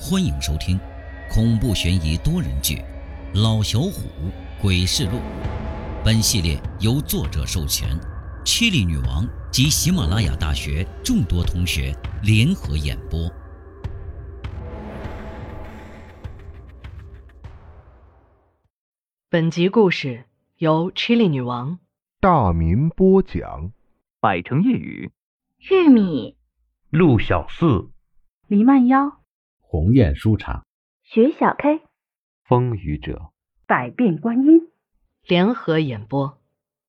欢迎收听恐怖悬疑多人剧《老小虎鬼事录》。本系列由作者授权，七力女王及喜马拉雅大学众多同学联合演播。 本集故事由七力女王大民播讲， 百城夜雨， 玉米， 陆小四， 黎曼妖， 鸿雁书场， 徐小 K， 风雨者， 百变观音联合演播。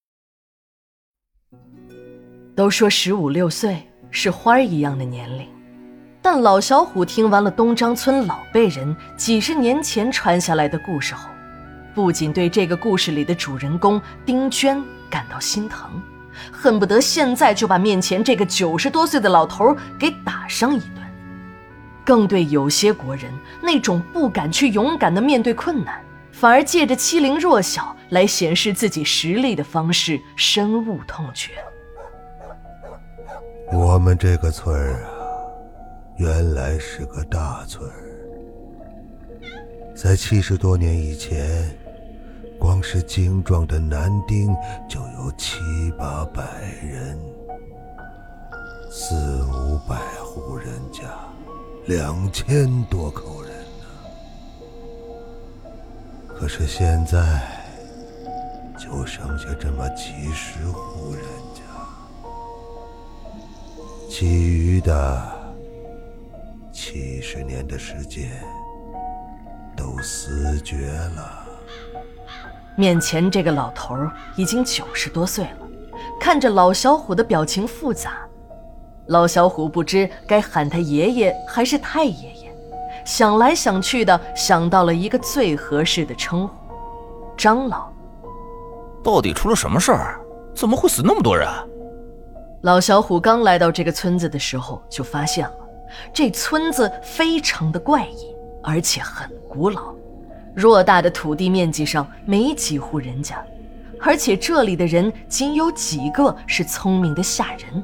都说15、16岁是花儿一样的年龄，但老小虎听完了东张村老辈人几十年前传下来的故事后，不仅对这个故事里的主人公丁娟感到心疼，恨不得现在就把面前这个90多岁的老头给打上一顿，更对有些国人那种不敢去勇敢地面对困难，反而借着欺凌弱小来显示自己实力的方式深恶痛绝。 我们这个村儿啊，原来是个大村儿，在70多年以前，光是精壮的男丁就有700、800人，400、500户人家，2000多口人呢。可是现在就剩下这么几十户人家，其余的70年的时间都死绝了。 面前这个老头已经90多岁了，看着老小虎的表情复杂，老小虎不知该喊他爷爷还是太爷爷，想来想去的想到了一个最合适的称呼，张老。 到底出了什么事儿？怎么会死那么多人？ 老小虎刚来到这个村子的时候就发现了，这村子非常的怪异，而且很古老，偌大的土地面积上没几户人家，而且这里的人仅有几个是聪明的吓人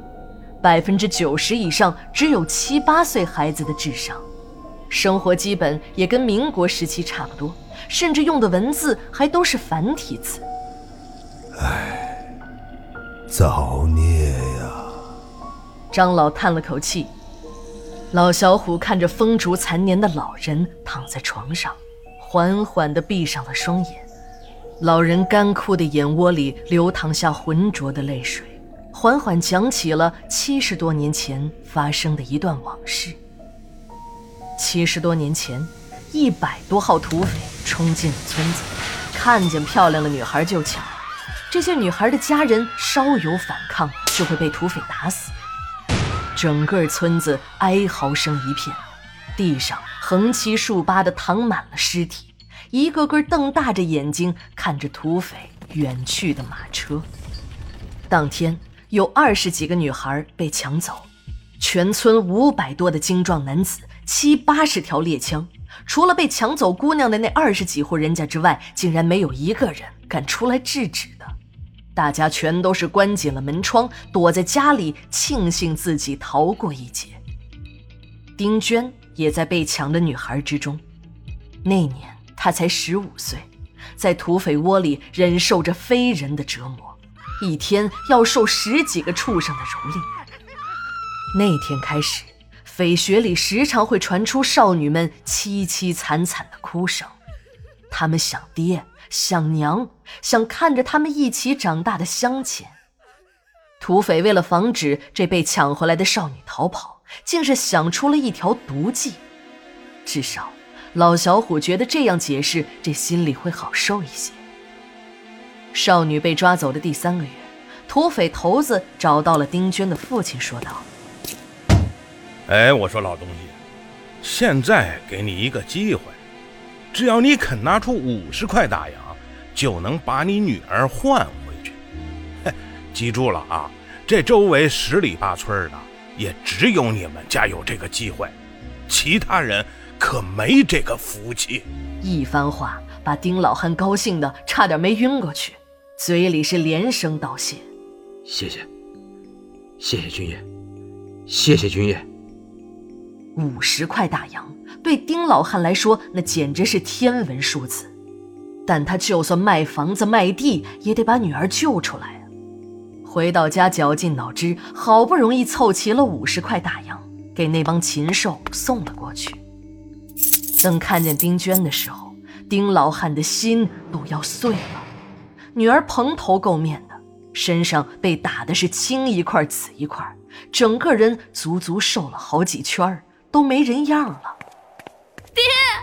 ，90%以上只有7、8岁孩子的智商，生活基本也跟民国时期差不多，甚至用的文字还都是繁体字。 唉，造孽呀！ 张老叹了口气。老小虎看着风烛残年的老人躺在床上，缓缓地闭上了双眼，老人干枯的眼窝里流淌下浑浊的泪水，缓缓讲起了70多年前发生的一段往事。70多年前，100多号土匪冲进了村子，看见漂亮的女孩就抢，这些女孩的家人稍有反抗就会被土匪打死，整个村子哀嚎声一片，地上横七竖八地躺满了尸体，一个个瞪大着眼睛看着土匪远去的马车。当天有20几个女孩被抢走，全村500多的精壮男子，70、80条猎枪，除了被抢走姑娘的那20几户人家之外，竟然没有一个人敢出来制止的。大家全都是关紧了门窗，躲在家里，庆幸自己逃过一劫。丁娟也在被抢的女孩之中，那年她才15岁，在土匪窝里忍受着非人的折磨，一天要受10几个畜生的蹂躏。那天开始，匪穴里时常会传出少女们凄凄惨惨的哭声，她们想爹想娘，想看着他们一起长大的乡亲。土匪为了防止这被抢回来的少女逃跑，竟是想出了一条毒计。至少老小虎觉得这样解释，这心里会好受一些。少女被抓走的第3个月，土匪头子找到了丁娟的父亲，说道： 哎，我说老东西，现在给你一个机会，只要你肯拿出50块大洋，就能把你女儿换回去。记住了啊，这周围10里8村的，也只有你们家有这个机会，其他人可没这个福气。 一番话把丁老汉高兴的差点没晕过去，嘴里是连声道谢。 谢谢君爷，谢谢君爷。 50块大洋对丁老汉来说那简直是天文数字，但他就算卖房子卖地也得把女儿救出来啊。回到家绞尽脑汁，好不容易凑齐了50块大洋，给那帮禽兽送了过去。等看见丁娟的时候，丁老汉的心都要碎了。女儿蓬头垢面的，身上被打的是青一块紫一块，整个人足足瘦了好几圈，都没人样了。 爹！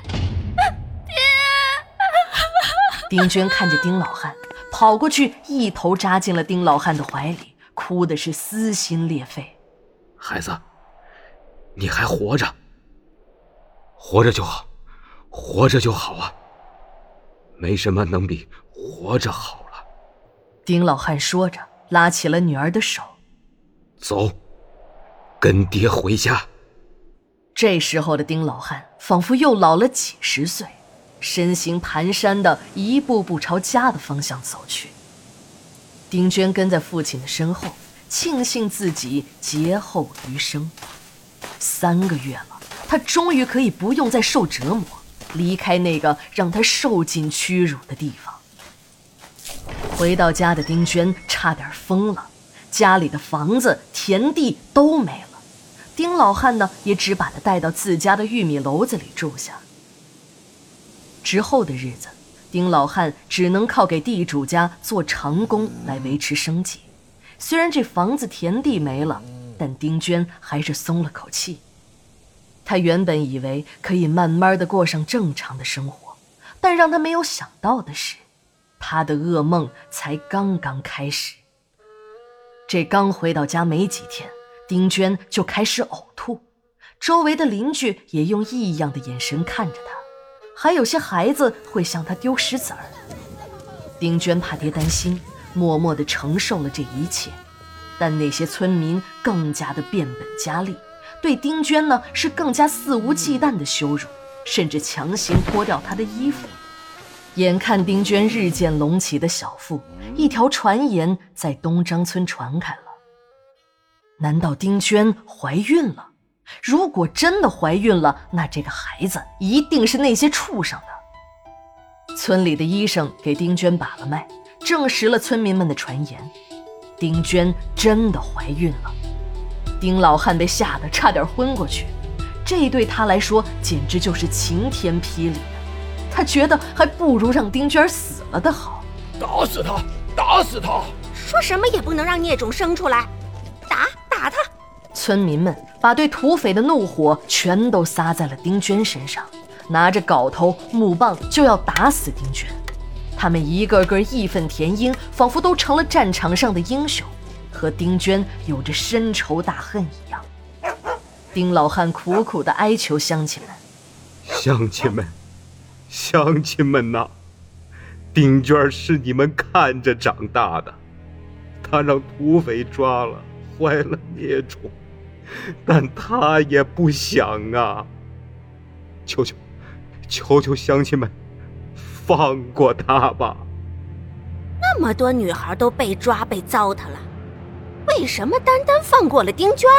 丁娟看见丁老汉，跑过去一头扎进了丁老汉的怀里，哭的是撕心裂肺。 孩子，你还活着，活着就好，活着就好啊，没什么能比活着好了。 丁老汉说着，拉起了女儿的手。 走，跟爹回家。 这时候的丁老汉仿佛又老了几十岁，身形蹒跚的一步步朝家的方向走去。丁娟跟在父亲的身后，庆幸自己劫后余生。3个月了，她终于可以不用再受折磨，离开那个让她受尽屈辱的地方。回到家的丁娟差点疯了，家里的房子田地都没了。丁老汉呢，也只把她带到自家的玉米楼子里住下。之后的日子，丁老汉只能靠给地主家做长工来维持生计。虽然这房子田地没了，但丁娟还是松了口气。她原本以为可以慢慢的过上正常的生活，但让她没有想到的是，她的噩梦才刚刚开始。这刚回到家没几天，丁娟就开始呕吐，周围的邻居也用异样的眼神看着她，还有些孩子会向她丢石子儿。丁娟怕爹担心，默默地承受了这一切，但那些村民更加的变本加厉，对丁娟呢是更加肆无忌惮的羞辱，甚至强行脱掉她的衣服。眼看丁娟日渐隆起的小腹，一条传言在东张村传开了。难道丁娟怀孕了？如果真的怀孕了，那这个孩子一定是那些畜生的。村里的医生给丁娟把了脉，证实了村民们的传言，丁娟真的怀孕了。丁老汉被吓得差点昏过去，这对他来说简直就是晴天霹雳。他觉得还不如让丁娟死了的好。 打死他，打死他！ 说什么也不能让孽种生出来，打他！ 村民们把对土匪的怒火全都撒在了丁娟身上，拿着镐头木棒就要打死丁娟。他们一个个义愤填膺，仿佛都成了战场上的英雄，和丁娟有着深仇大恨一样。丁老汉苦苦地哀求乡亲们： 乡亲们呐，丁娟是你们看着长大的，她让土匪抓了，怀了孽种，但她也不想啊！求求乡亲们，放过她吧！ 那么多女孩都被抓被糟蹋了，为什么单单放过了丁娟？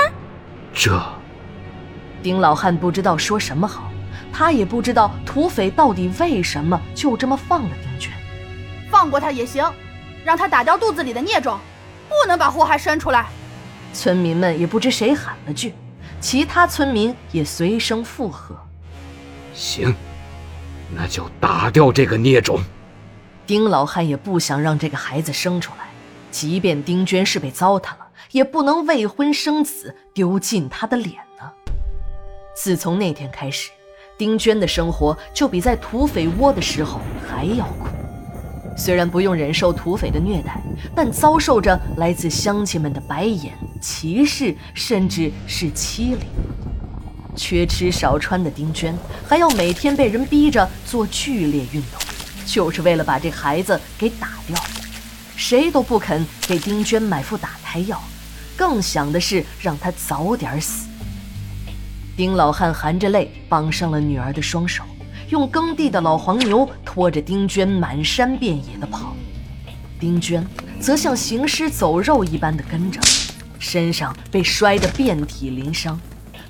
丁老汉不知道说什么好，他也不知道土匪到底为什么就这么放了丁娟。 放过他也行，让他打掉肚子里的孽种，不能把祸害生出来。 村民们也不知谁喊了句，其他村民也随声附和。 行，那就打掉这个孽种。 丁老汉也不想让这个孩子生出来，即便丁娟是被糟蹋了，也不能未婚生子，丢尽他的脸呢。自从那天开始，丁娟的生活就比在土匪窝的时候还要苦。虽然不用忍受土匪的虐待，但遭受着来自乡亲们的白眼、歧视，甚至是欺凌。缺吃少穿的丁娟还要每天被人逼着做剧烈运动，就是为了把这孩子给打掉。谁都不肯给丁娟买副打胎药，更想的是让她早点死。丁老汉含着泪绑上了女儿的双手，用耕地的老黄牛拖着丁娟满山遍野地跑，丁娟则像行尸走肉一般地跟着，身上被摔得遍体鳞伤，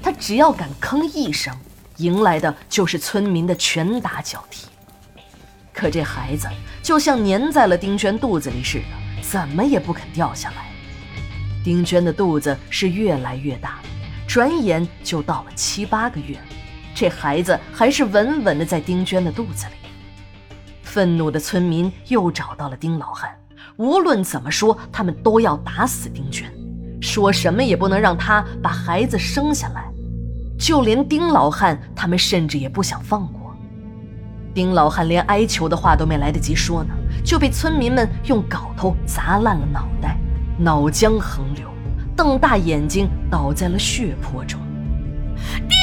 他只要敢吭一声，迎来的就是村民的拳打脚踢。可这孩子就像粘在了丁娟肚子里似的，怎么也不肯掉下来。丁娟的肚子是越来越大，转眼就到了7、8个月，这孩子还是稳稳地在丁娟的肚子里。愤怒的村民又找到了丁老汉，无论怎么说，他们都要打死丁娟，说什么也不能让他把孩子生下来。就连丁老汉，他们甚至也不想放过。丁老汉连哀求的话都没来得及说呢，就被村民们用镐头砸烂了脑袋，脑浆横流，瞪大眼睛倒在了血泊中。 爹！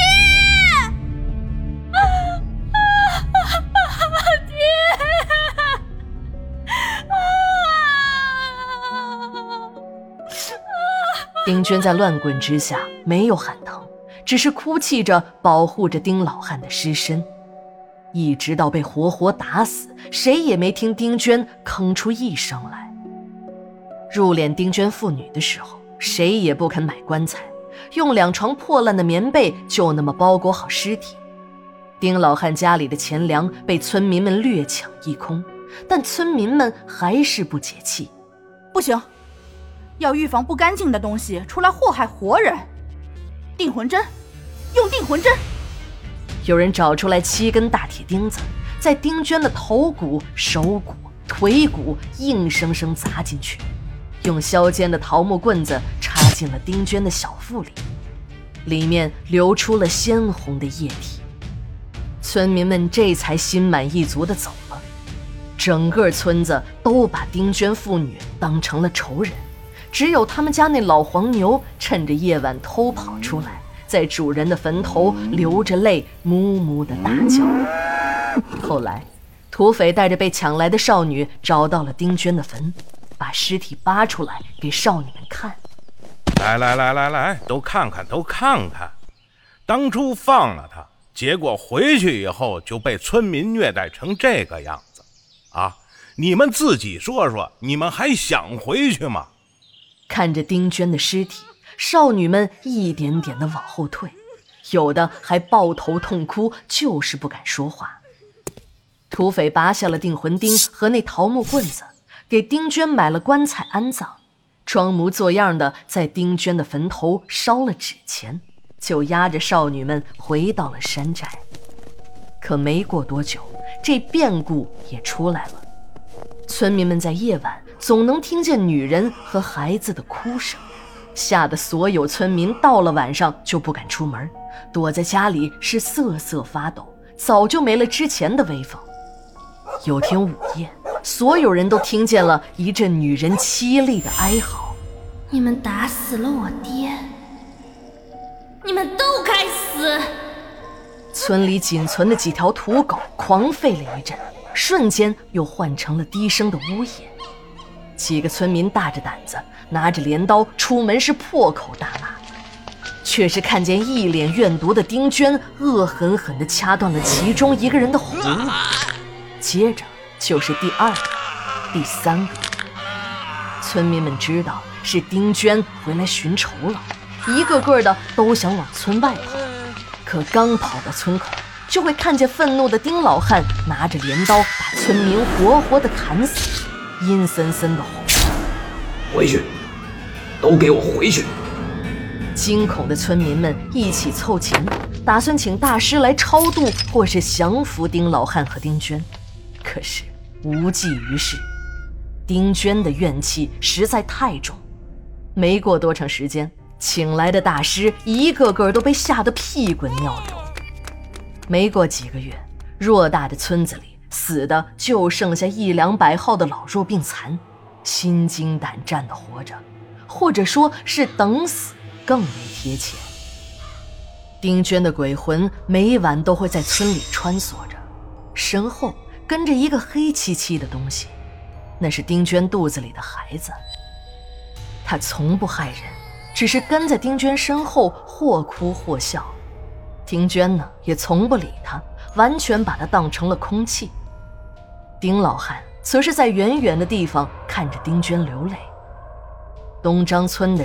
丁娟在乱棍之下没有喊疼，只是哭泣着保护着丁老汉的尸身，一直到被活活打死，谁也没听丁娟吭出一声来。入殓丁娟父女的时候，谁也不肯买棺材，用2床破烂的棉被就那么包裹好尸体。丁老汉家里的钱粮被村民们掠抢一空，但村民们还是不解气。 不行，要预防不干净的东西出来祸害活人。定魂针，用定魂针。 有人找出来7根大铁钉子，在丁娟的头骨、手骨、腿骨硬生生砸进去，用削尖的桃木棍子插进了丁娟的小腹里，里面流出了鲜红的液体。村民们这才心满意足地走了。整个村子都把丁娟父女当成了仇人，只有他们家那老黄牛趁着夜晚偷跑出来，在主人的坟头流着泪，哞哞地大叫。后来土匪带着被抢来的少女找到了丁娟的坟，把尸体扒出来给少女们看。 来，都看看，当初放了他，结果回去以后就被村民虐待成这个样子啊！你们自己说说，你们还想回去吗？ 看着丁娟的尸体，少女们一点点地往后退，有的还抱头痛哭，就是不敢说话。土匪拔下了定魂钉和那桃木棍子，给丁娟买了棺材安葬，装模作样的在丁娟的坟头烧了纸钱，就押着少女们回到了山寨。可没过多久，这变故也出来了。村民们在夜晚总能听见女人和孩子的哭声，吓得所有村民到了晚上就不敢出门，躲在家里是瑟瑟发抖，早就没了之前的威风。有天午夜，所有人都听见了一阵女人凄厉的哀嚎： 你们打死了我爹，你们都该死！ 村里仅存的几条土狗狂吠了一阵，瞬间又换成了低声的呜咽。几个村民大着胆子拿着镰刀出门是破口大骂，却是看见一脸怨毒的丁娟恶狠狠地掐断了其中一个人的喉咙，接着就是第2个、第3个。村民们知道是丁娟回来寻仇了，一个个的都想往村外跑，可刚跑到村口，就会看见愤怒的丁老汉拿着镰刀把村民活活的砍死，阴森森的吼： 回去，都给我回去！ 惊恐的村民们一起凑钱，打算请大师来超度或是降服丁老汉和丁娟，可是无济于事。丁娟的怨气实在太重，没过多长时间，请来的大师一个个都被吓得屁滚尿流。没过几个月，偌大的村子里死的就剩下100、200号的老弱病残，心惊胆战地活着，或者说是等死更为贴切。丁娟的鬼魂每晚都会在村里穿梭着，身后跟着一个黑漆漆的东西，那是丁娟肚子里的孩子。他从不害人，只是跟在丁娟身后或哭或笑。丁娟呢，也从不理他，完全把他当成了空气。丁老汉则是在远远的地方看着丁娟流泪。东张村的人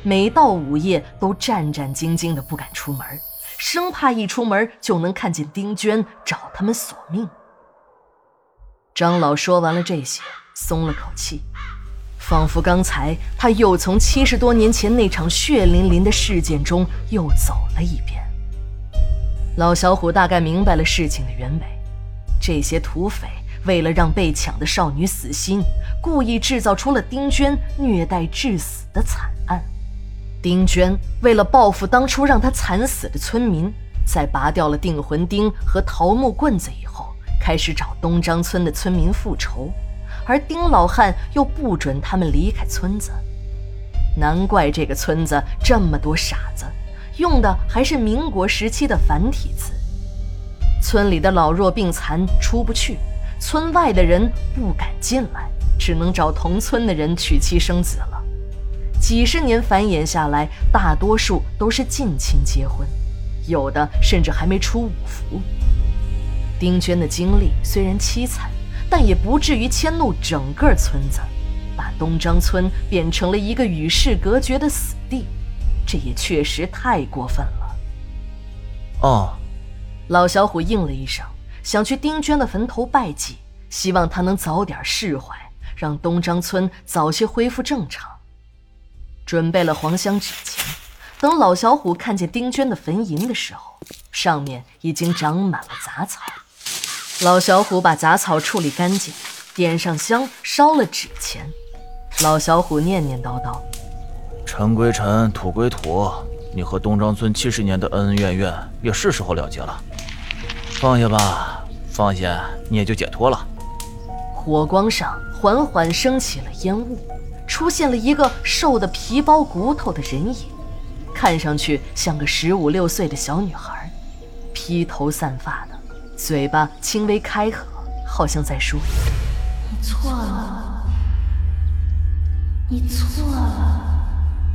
每到午夜都战战兢兢的不敢出门，生怕一出门就能看见丁娟找他们索命。张老说完了这些，松了口气，仿佛刚才他又从70多年前那场血淋淋的事件中又走了一遍。老小虎大概明白了事情的原委，这些土匪为了让被抢的少女死心，故意制造出了丁娟虐待致死的惨案。丁娟为了报复当初让她惨死的村民，在拔掉了定魂钉和桃木棍子以后，开始找东张村的村民复仇，而丁老汉又不准他们离开村子。难怪这个村子这么多傻子，用的还是民国时期的繁体字。村里的老弱病残出不去，村外的人不敢进来，只能找同村的人娶妻生子了。几十年繁衍下来，大多数都是近亲结婚，有的甚至还没出5服。丁娟的经历虽然凄惨，但也不至于迁怒整个村子，把东张村变成了一个与世隔绝的死地，这也确实太过分了。 哦， 老小虎应了一声，想去丁娟的坟头拜祭，希望她能早点释怀，让东张村早些恢复正常。准备了黄香纸钱，等老小虎看见丁娟的坟茔的时候，上面已经长满了杂草。老小虎把杂草处理干净，点上香，烧了纸钱。老小虎念念叨叨： 尘归尘，土归土，你和东张村70年的恩恩怨怨也是时候了结了。放下吧，放下你也就解脱了。 火光上缓缓升起了烟雾，出现了一个瘦得皮包骨头的人影，看上去像个15、16岁的小女孩，披头散发的，嘴巴轻微开合，好像在说： 你错了，你错了，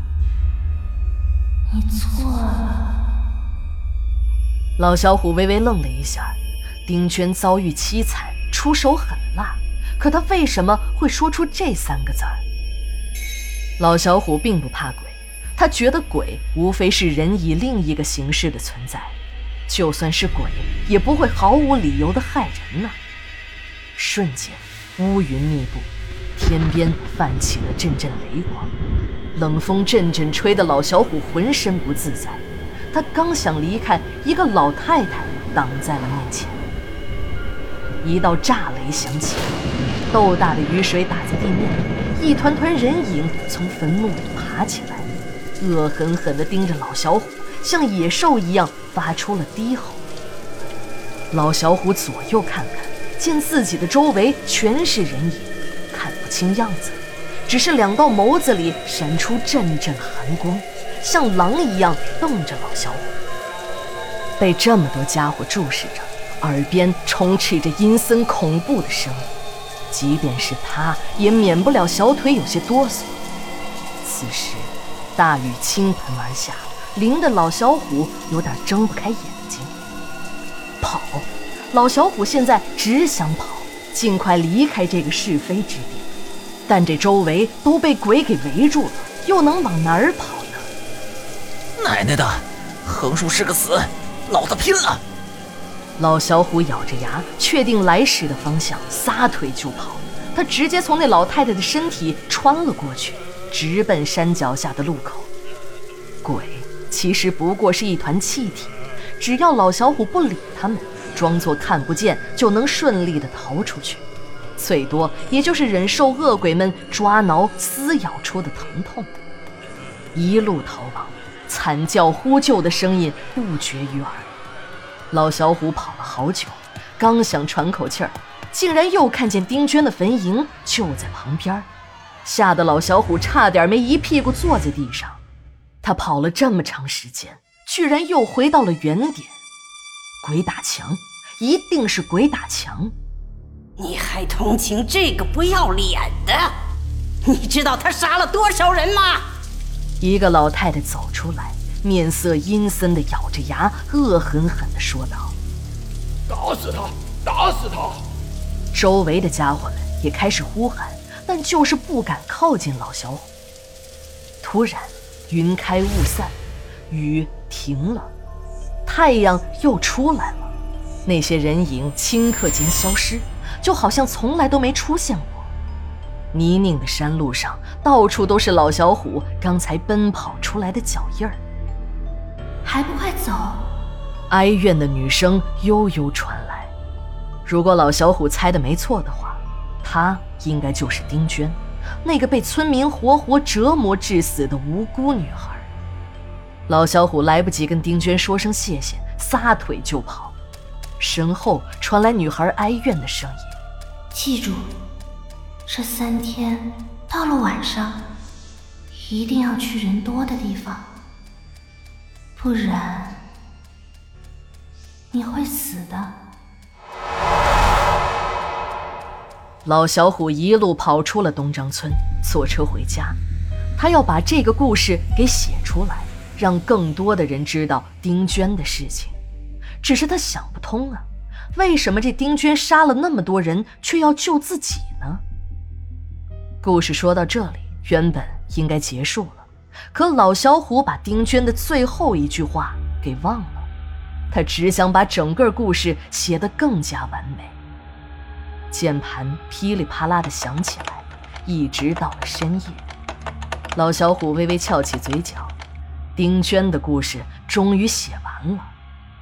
你错了。 老小虎微微愣了一下，丁娟遭遇凄惨，出手狠辣，可他为什么会说出这3个字儿？老小虎并不怕鬼，他觉得鬼无非是人以另一个形式的存在，就算是鬼也不会毫无理由的害人呢。瞬间乌云密布，天边泛起了阵阵雷光，冷风阵阵吹得老小虎浑身不自在。他刚想离开，一个老太太挡在了面前。一道炸雷响起，豆大的雨水打在地面，一团团人影从坟墓里爬起来，恶狠狠地盯着老小虎，像野兽一样发出了低吼。老小虎左右看看，见自己的周围全是人影，看不清样子，只是2道眸子里闪出阵阵寒光，像狼一样瞪着老小虎。被这么多家伙注视着，耳边充斥着阴森恐怖的声音，即便是他也免不了小腿有些哆嗦。此时大雨倾盆而下，淋得老小虎有点睁不开眼睛。跑！老小虎现在只想跑，尽快离开这个是非之地，但这周围都被鬼给围住了，又能往哪儿跑呢？ 奶奶的，横竖是个死，老子拼了！ 老小虎咬着牙，确定来时的方向，撒腿就跑。他直接从那老太太的身体穿了过去，直奔山脚下的路口。鬼其实不过是一团气体，只要老小虎不理他们，装作看不见，就能顺利地逃出去，最多也就是忍受恶鬼们抓挠撕咬出的疼痛。一路逃亡，惨叫呼救的声音不绝于耳。老小虎跑了好久，刚想喘口气儿，竟然又看见丁娟的坟茔就在旁边，吓得老小虎差点没一屁股坐在地上。他跑了这么长时间，居然又回到了原点。鬼打墙，一定是鬼打墙。 你还同情这个不要脸的？你知道他杀了多少人吗？ 一个老太太走出来，面色阴森地咬着牙，恶狠狠地说道： 打死他，打死他！ 周围的家伙们也开始呼喊，但就是不敢靠近老小虎。突然云开雾散，雨停了，太阳又出来了，那些人影顷刻间消失，就好像从来都没出现过。泥泞的山路上，到处都是老小虎刚才奔跑出来的脚印儿。 还不快走！ 哀怨的女声悠悠传来。如果老小虎猜的没错的话，她应该就是丁娟，那个被村民活活折磨致死的无辜女孩。老小虎来不及跟丁娟说声谢谢，撒腿就跑。身后传来女孩哀怨的声音： 记住，这3天到了晚上一定要去人多的地方，不然你会死的。 老小虎一路跑出了东张村，坐车回家。他要把这个故事给写出来，让更多的人知道丁娟的事情。只是他想不通啊，为什么这丁娟杀了那么多人，却要救自己呢？故事说到这里，原本应该结束了，可老小虎把丁娟的最后一句话给忘了。他只想把整个故事写得更加完美。键盘噼里啪啦地响起来，一直到了深夜。老小虎微微翘起嘴角，丁娟的故事终于写完了。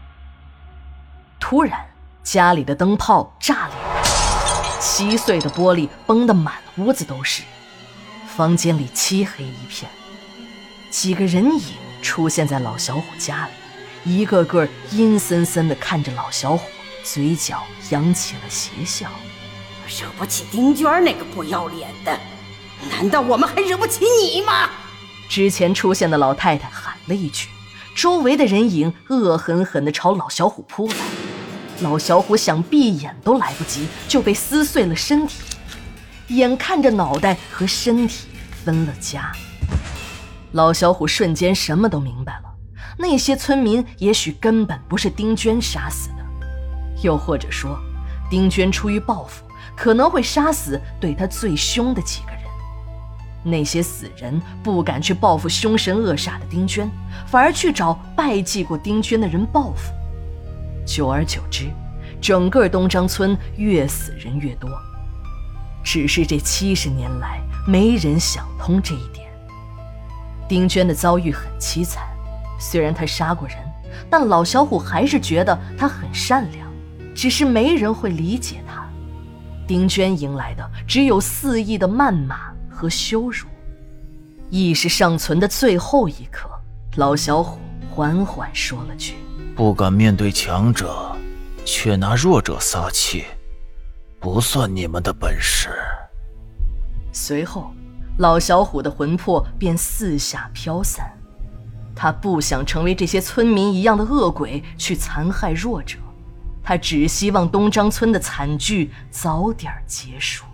突然，家里的灯泡炸裂了，稀碎的玻璃崩得满屋子都是，房间里漆黑一片。几个人影出现在老小虎家里，一个个阴森森地看着老小虎，嘴角扬起了邪笑。 惹不起丁娟那个不要脸的，难道我们还惹不起你吗？ 之前出现的老太太喊了一句，周围的人影恶狠狠地朝老小虎扑来。老小虎想闭眼都来不及，就被撕碎了身体，眼看着脑袋和身体分了家。老小虎瞬间什么都明白了，那些村民也许根本不是丁娟杀死的，又或者说丁娟出于报复，可能会杀死对他最凶的几个人。那些死人不敢去报复凶神恶煞的丁娟，反而去找拜祭过丁娟的人报复。久而久之，整个东张村越死人越多。只是这70年来，没人想通这一点。丁娟的遭遇很凄惨，虽然她杀过人，但老小虎还是觉得她很善良，只是没人会理解她。丁娟迎来的只有肆意的谩骂和羞辱。意识尚存的最后一刻，老小虎缓缓说了句： 不敢面对强者，却拿弱者撒气，不算你们的本事。 随后，老小虎的魂魄便四下飘散。他不想成为这些村民一样的恶鬼，去残害弱者。他只希望东张村的惨剧早点结束。